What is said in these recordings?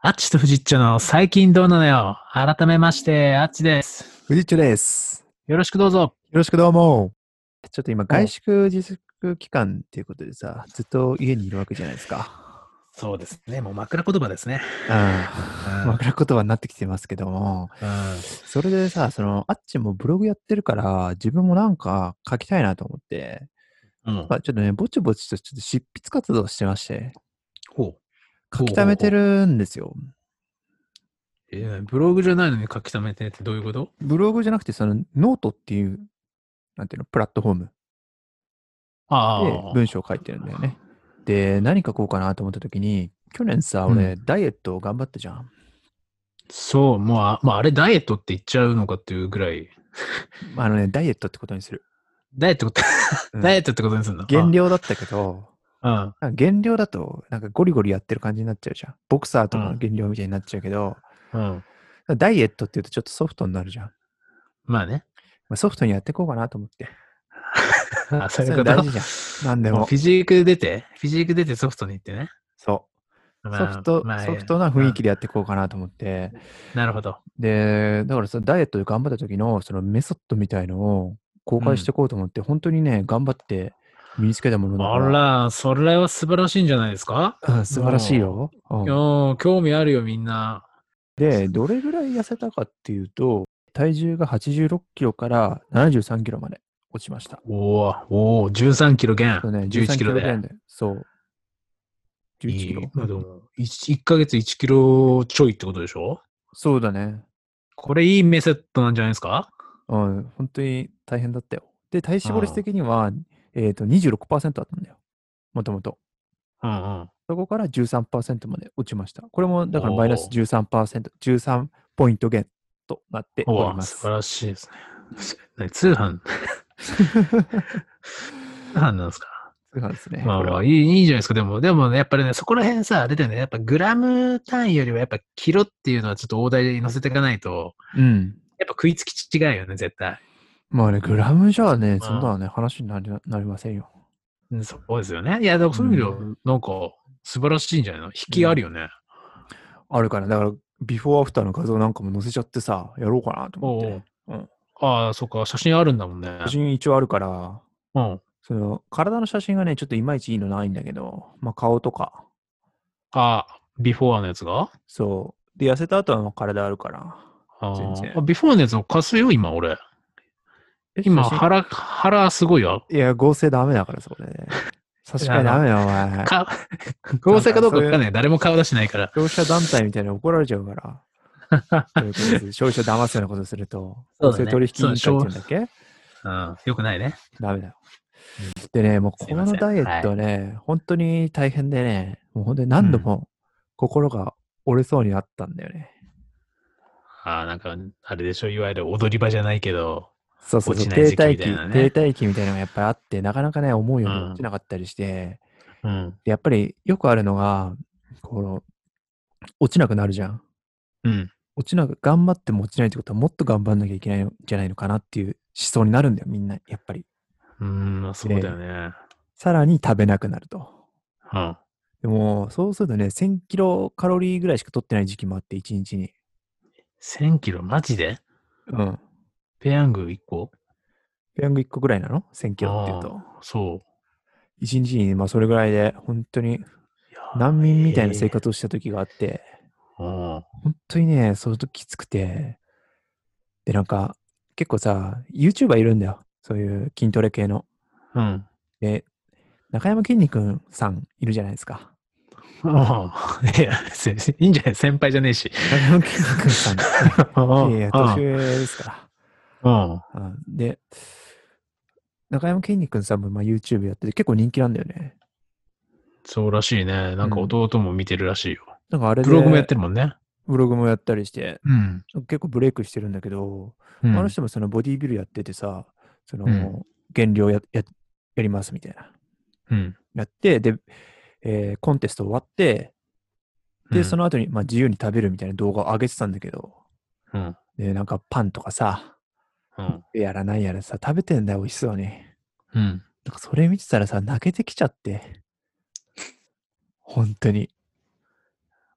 アッチとフジッチョの最近どうなのよ。改めまして、アッチです。 フジッチョです。 よろしくどうぞ。 よろしくどうも。ちょっと今、 お外宿自粛期間っていうことでさ、ずっと家にいるわけじゃないですか。 そうですね。もう枕言葉ですね。 枕言葉になってきてますけども、 うん。 それでさ、あっちもブログやってるから、自分もなんか書きたいなと思って、 うん。 ちょっとね、ぼちぼちとちょっと執筆活動してまして、 ほう。 書き溜めてほうほうほう。 るんですよ。 ブログじゃないのに書き溜めてってどういうこと？ ブログじゃなくて、ノートっていう、なんていうの、プラットフォームでああ。 文章を書いてるんだよね。で、何書こうかなと思った時に、去年さ、 うん。 俺、ダイエットを頑張ったじゃん。 そう、もう、あれダイエットって言っちゃうのかっていうぐらい。 ダイエットってことにする。 ダイエットって、 うダイん。 エットってことにするの？ 減量だったけど、 うん。 なんか減量だと、なんかゴリゴリやってる感じになっちゃうじゃん。ボクサーとかのうん。 減量みたいになっちゃうけど、 うん。 ダイエットって言うとちょっとソフトになるじゃん。 まあね。 ソフトにやっていこうかなと思って。 あ、そういうそういうこと。 の大事じゃん。なんでも。 もうフィジーク出てソフトに行ってね。 そう。 まあ、まあ、 ソフトな雰囲気でやっていこうかなと思って。 なるほど。 で、だからダイエットで頑張った時のそのメソッドみたいのを公開していこうと思って、本当にね、頑張って身につけたものだあから、 ら、それは素晴らしいんじゃないですか？ うん、素晴らしいもよ。うう、 ん。 興味あるよ、みんな。 で、どれぐらい痩せたかっていうと、体重が86キロから73キロまで落ちました。 13キロ減。 そうね、 11 13 キロで。 キロ減で、そう、11キいい。 ロ。 まあでも、1ヶ月1キロちょいってことでしょ？ そうだね。 これいいメソッドなんじゃないですか？ うん、本当に大変だったよ。で、体脂うん。うん肪率的には、26%あったんだよ。もともと。 うん。 そこから13%まで落ちました。これも、だからマイナスおー。 13%、13ポイント減となっております。 素晴らしいですね。通販、通販なんですか？ そうなんですね、 まあまあ、 これは。 いいじゃないですか。でもね、やっぱりね、そこら辺さ、出てね、やっぱグラム単位よりはやっぱキロっていうのはちょっと大台に乗せていかないと、 うん。 やっぱ食いつき違うよね、絶対。 まあね、グラムじゃね、そんなうのね、話になりませんよ。 ん。そうですよね。いや、でもうそういう意味では、 ん。 なんか、素晴らしいんじゃないの？引うん。 きあるよね。 あるから、だから、ビフォーアフターの画像なんかも載せちゃってさ、やろうかなと思って。 おううん。 ああ、そっか、写真あるんだもんね。 写真一応あるから、 うん。 体の写真がね、ちょっといまいちいいのないんだけど、まあ、顔とか、 ああ、ビフォーのやつがそう。で、痩せた後はまあ体あるから、全然。 ビフォーのやつを貸すよ、今、俺。 写今、 真、 腹すごいよ。 いや、合成ダメだから、それ。差し替えダメだよ、お前。 か、合なん成かか、そういうどうかわかんない。誰も顔出してないから。 消費者団体みたいに怒られちゃうから、そういうことする。消費者騙すようなことすると、公正そうだね。そう、 取引委員会っていうんだっけ？ うん、よくないね。 ダメだよ。 うん、 でね、もうこすいません。 のダイエッはい。 トはね、本当に大変でね、もう本当にうん。 何度も心が折れそうになったんだよね。 なんか、あれでしょ、いわゆる踊り場じゃないけど、 そうそうそう、 落ちない時期みたいな停ね。 滞期みたいなのがやっぱりあって、なかなかね、思うように落ちうん。 なかったりして、 うん。 でやっぱりよくあるのが、この、落ちなくなるじゃん。 うん。 頑張っても落ちないってことはもっと頑張んなきゃいけないんじゃないのかなっていう思想になるんだよ、みんな、やっぱり。 まあそうだよで、 ね。 さらに食べなくなると。 うん。 でも、そうするとね、1000キロカロリーぐらいしか取ってない時期もあって、1日に。 1000キロ、マジで？ うん。 ペヤング1個？ ペヤング1個ぐらいなの？ 1000 キロっていうと。 そう。 1日に、まあ、それぐらいで、本当にいや難民みたいな生ええ活をした時があって、 うん。 本当にね、その時きつくて、で、なんか、結構さ、YouTuber いるんだよ。そういう筋トレ系の。 うん。 で、中山きんに君さんいるじゃないですか。 いや、いいんじゃない？先輩じゃねえし。 中山きんに君さん、いやいや、年あ上ですかあ、 ら。うん、で、中山きんに君さんもまあ YouTube やってて結構人気なんだよね。 そうらしいね。なんかうん。 弟も見てるらしいよ。 なんかあれブログもやっで、 てるもんね。 ブログもやったりして、 うん。 結構ブレイクしてるんだけど、あのうん。 人もそのボディービルやっててさ、そうん。 の、減量やりますみたいな。 うん。 やって、で、コンテスト終わって、で、そうん。 の後に、まあ、自由に食べるみたいな動画を上げてたんだけど、 うん。 で、なんかパンとかさ、 うん。 やらないやらさ、食べてんだよ、美味しそうに。 うん。 なんかそれ見てたらさ、泣けてきちゃって、本当に。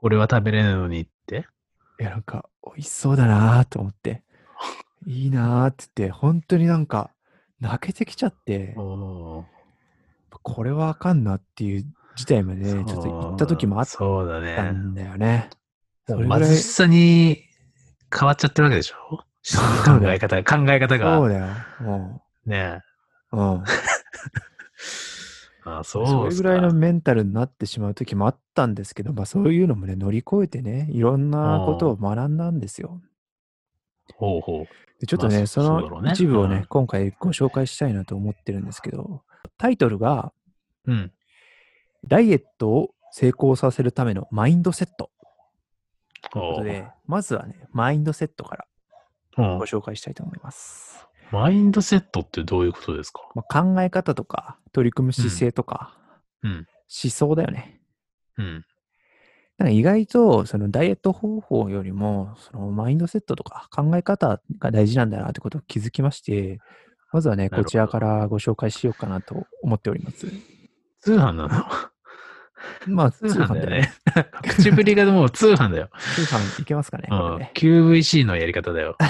俺は食べれないのにって。 いや、なんか、美味しそうだなと思って、いいなって言って、本当になんか、泣けてきちゃって、 おー、 これはあかんなっていう事態まで、ちょっと行った時もあっそうだね。 たんだよね。 もそれぐらい、 う貧しさに変わっちゃってるわけでしょ。 そうだよ。 考え方が。 そうだよ。もねう、うん。 え。あ、 そそうっすか。 れぐらいのメンタルになってしまう時もあったんですけど、そういうのもね、乗り越えてね、いろんなことをうん。 学んだんですよ。 ほうほで、ちょっう。まあ、 とね、そのそうだろうね。 一部をね、 うん。 今回ご紹介したいなと思ってるんですけど、タイトルが、 うん。 ダイエットを成功させるためのマインドセットということおう。 で、まずはね、マインドセットからうん。 ご紹介したいと思います。 マインドセットってどういうことですか？ 考え方とか、取り組む姿うん。 勢とか、 うん。 思想だよね。 うん。 なんか意外と、そのダイエット方法よりも、そのマインドセットとか考え方が大事なんだなってことを気づきまして、まずはね、こちらかなるほど。 らご紹介しようかなと思っております。 通販なの？通通販だよね。 販だよね。口ぶりがもう通販だよ。 通販いけますかね、 うん。 これで。 QVC のやり方だよ。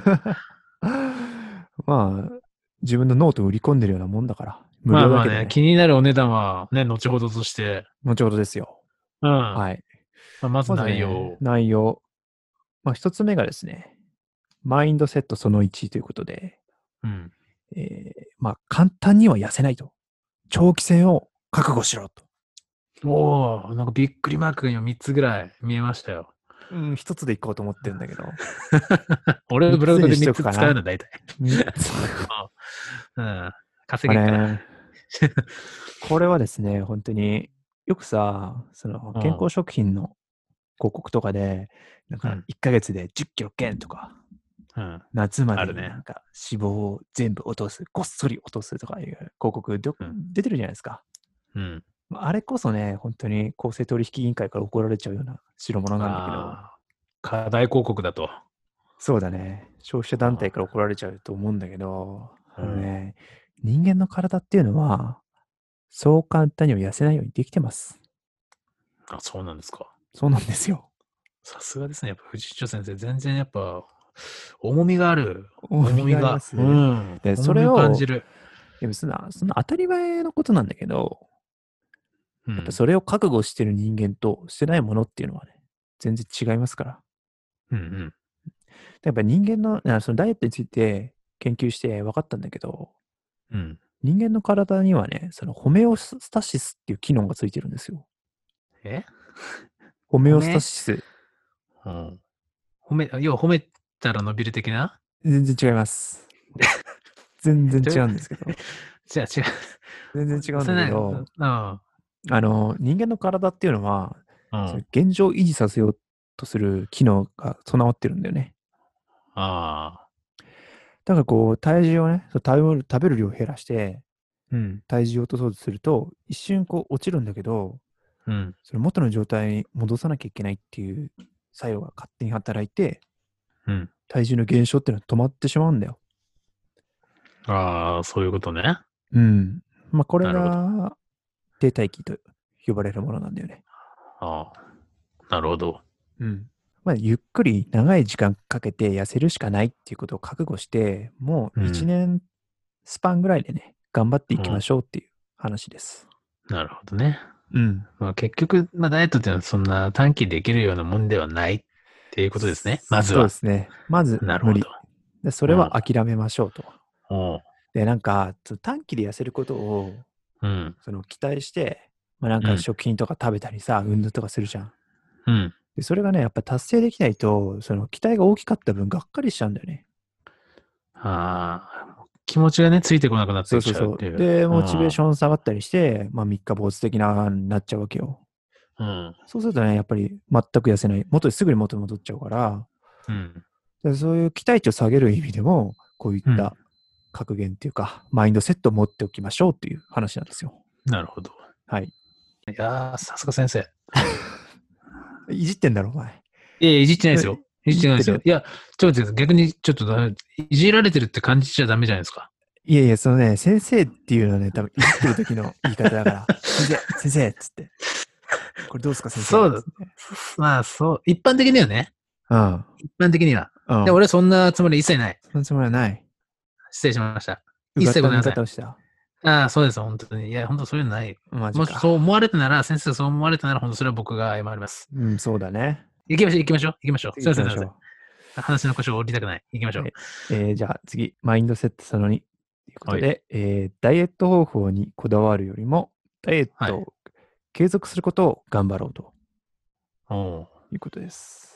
自分のノートを売り込んでるようなもんだから、無まあまあね、 料だけどね、 気になるお値段はね、後ほどとして。 後ほどですよ。 うん。まはい。 あ、まずまずね、 内容を。 内容。一つ目がですね、マインドセットその1ということで、 うん。 簡単には痩せないと。長期戦を覚悟しろと。 おお、なんかびっくりマークが今3つぐらい見えましたよ。 一つでいこうと思ってるんだけど、 俺の三つにブログで3 しとくかな。 つ使うの、大体。 三つ。 うん。稼げっから。 これはですね、本当によくさ、その健康食品の広告とかで、なんかうん。 1ヶ月で10キロ減とか、 うん。 夏まであるね。 になんか脂肪を全部落とす、ごっそり落とすとかいう広告うん。 出てるじゃないですか。 うん。 あれこそね、本当に公正取引委員会から怒られちゃうような代物なんだけど、 ああ、課題広告だと。 そうだね、消費者団体から怒られちゃうと思うんだけど、 うん。 人間の体っていうのは、そう簡単には痩せないようにできてます。 あ、そうなんですか。 そうなんですよ。 さすがですね。やっぱ藤井先生、全然やっぱ、重みがある。 重みがありま重みが。うす。 ん。 で、そ重みを感じれを、 る。 でもその当たり前のことなんだけど、やっぱうん。 それを覚悟してる人間としてないものっていうのはね、全然違いますから。 うんうん。 やっぱ人間の、そのダイエットについて研究して分かったんだけど、 うん。 人間の体にはね、そのホメオスタシスっていう機能がついてるんですよ。 えホメオスタ褒め、 シス。 うん。要は褒めたら伸びる的な。 全然違います。全然ちょ違うんですけど。 じゃあ違全然違うう。 んだけど、 あ人間の体っていうのは、 あ、うん。 その現状を維持させようとする機能が備わってるんだよね。 ああ、 だからこう、体重をね、食べる量を減らして、 うん。 体重を落とそうとすると、一瞬こう落ちるんだけど、 うん。 その元の状態に戻さなきゃいけないっていう作用が勝手に働いて、 うん。 体重の減少っていうのは止まってしまうんだよ。 ああ、そういうことね。 うん。これなるほど。 が停滞期と呼ばれるものなんだよね。 ああ、なるほど。 うん。ゆっくり長い時間かけて痩せるしかないっていうことを覚悟して、もう1 うん。 年スパンぐらいでね、頑張っていきまうん。 しょうっていう話です。 なるほどね。 うん。 まあ、結局、ダイエットっていうのはそんな短期でできるようなもんではないっていうことですね。まずそうでは。 すね。まず無理。 なるほど。 でそれうん。 は諦めましょうと。 おう。 で、短期で痩せることをうん。 期待して、 うん。 食品とか食べたりさ、運動とかするじゃん。 うん。 で、それがね、やっぱ達成できないと、その期待が大きかった分、がっかりしちゃうんだよね。 ああ、気持ちがね、ついてこなくなってきそうそうそう。 ちゃうっていう。 で、 うん。 モチベーション下がったりして、三日坊主的なになっちゃうわけよ。 うん。 そうするとね、やっぱり全く痩せない。すぐに元に戻っちゃうから、 うん。 でそういう期待値を下げる意味でも、こういっうん。 た格言っていうか、マインドセットを持っておきましょうっていう話なんですよ。 なるほど。 はい。 いやー、さすが先生。 いじってんだろ、お前。 いやいや、いじってないですよ。いじってないですよ。 いじってる。 いや、ちょっと待ってください、逆にちょっといじられてるって感じちゃダメじゃないですか。 いやいや、先生っていうのはね、多分いじってる時の言い方だから、先生っつって。 これどうですか、先生。 そうだ。まあ、そう。一般的にはね。 うん。 一般的には。 うん。 で、俺そんなつもり一切ない。 そのつもりはない。 失礼しました。 うがった見一切ございません。 方をした。 ああ、そうです、本当に。いや、本当そういうのない。 マジもしそうか。 思われたなら、先生がそう思われたなら、本当それは僕が謝ります。 うん、そうだね。 行きましょう、行きましょう、行きましょう。すいません、すいません。 次行きましょ話の腰を折りたくない。行きましう。 ょう。 はい。じゃあ次、マインドセットその2ということはい。 で、ダイエット方法にこだわるよりも、ダイエッはい。 トを継続することを頑張ろうとおいうことです。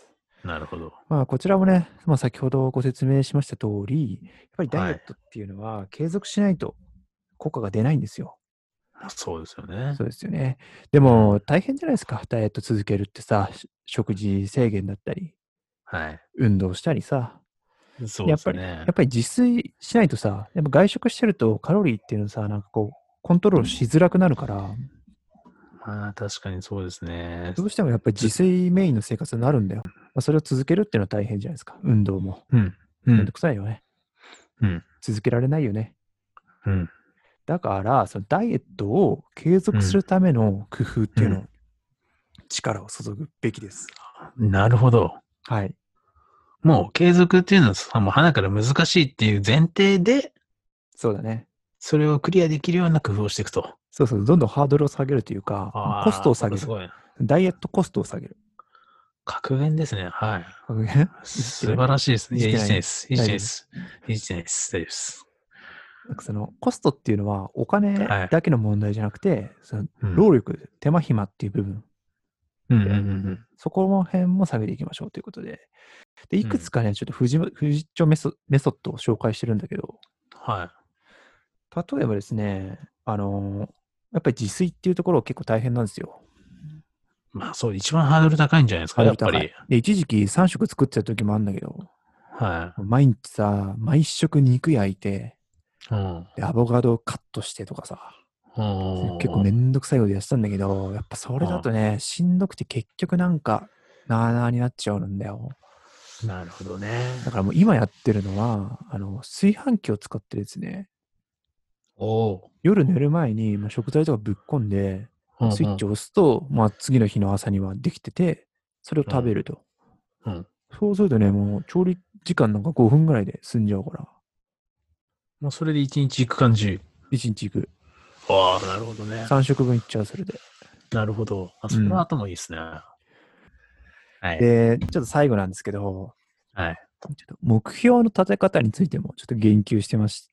ー、なるほど。 まあ、こちらもね、まあ、先ほどご説明しました通り、やっぱりダイエはい。 ットっていうのは継続しないと効果が出ないんですよ。 そうですよね。 そうですよね。でも、大変じゃないですか、ダイエット続けるってさ、食事制限だったり、 はい。 運動したりさ。 そうやっぱり、 ですね。 やっぱり自炊しないとさ、やっぱ外食してるとカロリーっていうのさ、なんかこう、コントロールしづらくなるから、 まあ、確かにそうですね。 どうしてもやっぱり自炊メインの生活になるんだよ。まあ、それを続けるっていうのは大変じゃないですか。運動も。 うん。うんめんど。くさいよね。 うん。 続けられないよね。 うん。 だから、そのダイエットを継続するための工夫っていうのを力を注ぐべきです。 なるほど。 はい。 もう継続っていうのはさ、もう花から難しいっていう前提で、 そうだね。 それをクリアできるような工夫をしていくと。 そうそう、どんどんハードルを下げるというか、コストああ、 を下げる。 これすごい。 ダイエットコストを下げる。 格言ですね。はい。 いじって素る晴らしいですね。いや、いいじってないじってないです。いじってないで大丈夫す。いじってないです。大丈夫です。 なんかそのコストっていうのはお金はい。 だけの問題じゃなくて、そのうん。 労力、手間暇っていう部分、 うんうんうんそこの辺も下げていきましょうということで。で、いくつかね、ちょっと富士町メソッドを紹介してるんだけど、 は例えばですね、やっぱり自炊っていうところ結構大変なんですよ。 い。まあそう、一番ハードル高いんじゃないですか、 ハードル高い。 やっぱり。 で、一時期3食作ってた時もあるんだけど、 は毎日さ、毎食肉焼いて、 い。うん。 で、アボカドカットしてとかさ、結構めんどくさいことやってたんだけど、やっぱそれだとね、しんどくて結局なんか、なあなあになっちゃうんだよ。 なるほどね。 だからもう今やってるのは、炊飯器を使ってですね、 おお。 夜寝る前に、食材とかぶっ込んで、スイッチを押すと、次の日の朝にはできてて、それを食べると。 うん。 そうするとね、もう調理時間なんか5分ぐらいで済んじゃうから、 もうそれで一日行く感じ。 1日行く。 ああ、なるほどね。 3食分いっちゃう、それで。 なるほど。あ、その後もいいですね。はい。 で、ちょっと最後なんですけど、 はい。 ちょっと目標の立て方についてもちょっと言及してまして、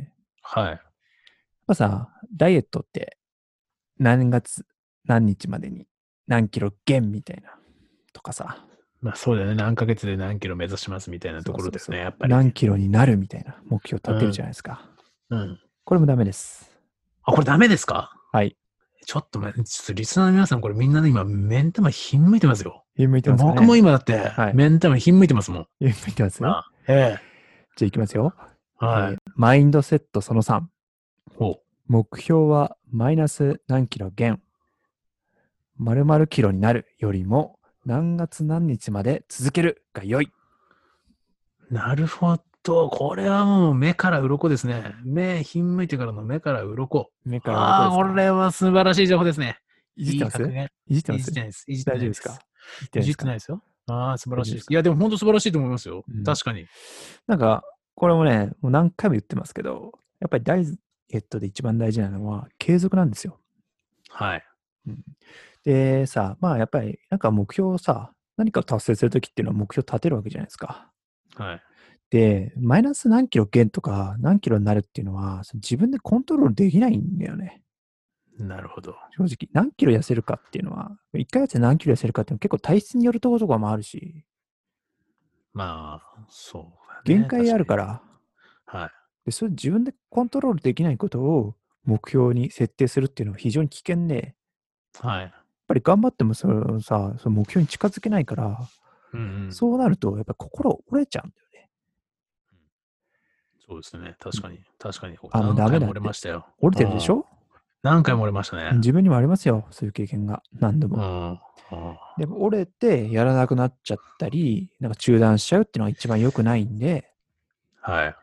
はい。 やっぱさ、ダイエットって何月何日までに何キロ減みたいなとかさ、 まあそうだよね。何ヶ月で何キロ目指しますみたいなところだよね、やっぱり。 何キロになるみたいな目標立てるじゃないですか。 うん。 これもダメです。 あ、これダメですか？ はい。 ちょっとちょっとリスナーの皆さん、これみんなで今、目ん玉ひんむいてますよ。 ひんむいてますかね。 僕も今だって、 はい目ん玉ひんむいてますもん。 ひんむいてますよ。 ああ、えじゃあいきますよ。 はい。 マインドセットその3。 ほ目標はマイナス何キロ減。〇〇キロになるよりも何月何日まで続けるが良い。 う。なるほど。これはもう目から鱗ですね。目ひんむいてからの目から鱗。 目から鱗ああ、 ですか。 これは素晴らしい情報ですね。 いじってますいい格言。 いじってますいじってないです。いじってないです。 大丈夫ですかいじってないですよ。ああ、素晴らしいです。 大丈夫ですかいや、でも本当素晴らしいと思いますよ。 うん確かに。 なんか、これもね、もう何回も言ってますけど、やっぱりダイエットで一番大事なのは継続なんですよ。 はい。 でさ、やっぱりなんか目標をさ、何かを達成するときっていうのは目標立てるわけじゃないですか。 はい。 で、マイナス何キロ減とか何キロになるっていうのは自分でコントロールできないんだよね。 なるほど。 正直。何キロ痩せるかっていうのは、1ヶ月で何キロ痩せるかっていうのは結構体質によるところとかもあるし、 まあ、そうだね。 限界あるか確ら、 に。はい。 で、それ自分でコントロールできないことを目標に設定するっていうのは非常に危険で、 はい。 やっぱり頑張ってもそのさ、その目標に近づけないから、 うんうん。 そうなるとやっぱ心折れちゃうんだよね。 そうですね。確かに。確かに。 あ、もうダ何回もメだって。 折れましたよ。 折れてるでしょ？ 何回も折れましたね。 自分にもありますよ。そういう経験が何度も。 うん。 でも折れてやらなくなっちゃったり、なんか中断しちゃうっていうのが一番良くないんで、 はい。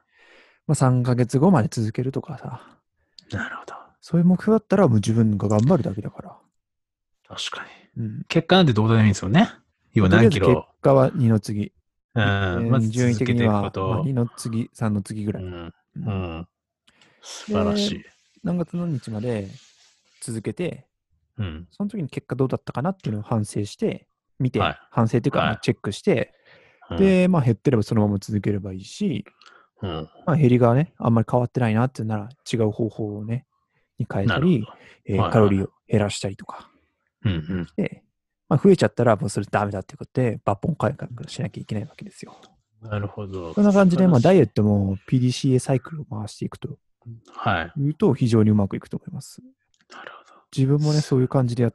3ヶ月後まで続けるとかさ、 なるほど。 そういう目標だったらもう自分が頑張るだけだから。 確かに。 に。結果なんてどうでもいいんですよね。要はとりあえず結何キロ。 果は2の次。 まず順位続けていくこ的には、まあ、 と。 2の次、3の次ぐらい。 素晴らしい。 何月何日まで続けて、その時に結果どうだったかなっていうのを反省して、見て、反省っていうか、まあ、チェックして、で、まあ減ってればそのまま続ければいいし、まあ減りがね、あんまり変わってないなっていうなら違う方法をね、に変えたり、カロリーを減らしたりとかして、まあ、増えちゃったらもうそれダメだっていうことで抜本改革しなきゃいけないわけですよ。 なるほど。 こんな感じで、まあ、ダイエットも PDCA サイクルを回していくというと非常にうまくいくと思います。 なるほど。 自分もね、そういう感じでやって、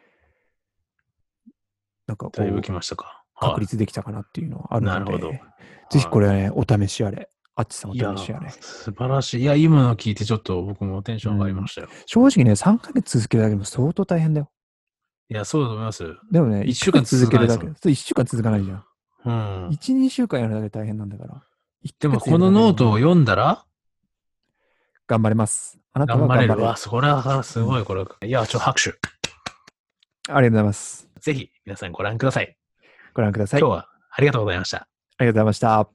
なんかこう、確立できたかなっていうのはあるので、ぜひこれはね、お試しあれ。あっちさんお試しあれ。 素晴らしい。いや、今の聞いてちょっと僕もテンション上がりましたよ。 正直ね、3ヶ月続けるだけでも相当大変だよ。 いや、そうだと思います。 でもね、1週間続けるだけ。1週間続かないじゃん。1、2週間やるだけ大変なんだから。 でもこのノートを読んだら頑張れます。あなたは頑張れる。 わ、それはすごい、これ。いや、拍手。 ありがとうございます。 ぜひ、皆さんご覧ください。 ご覧ください。 今日はありがとうございました。 ありがとうございました。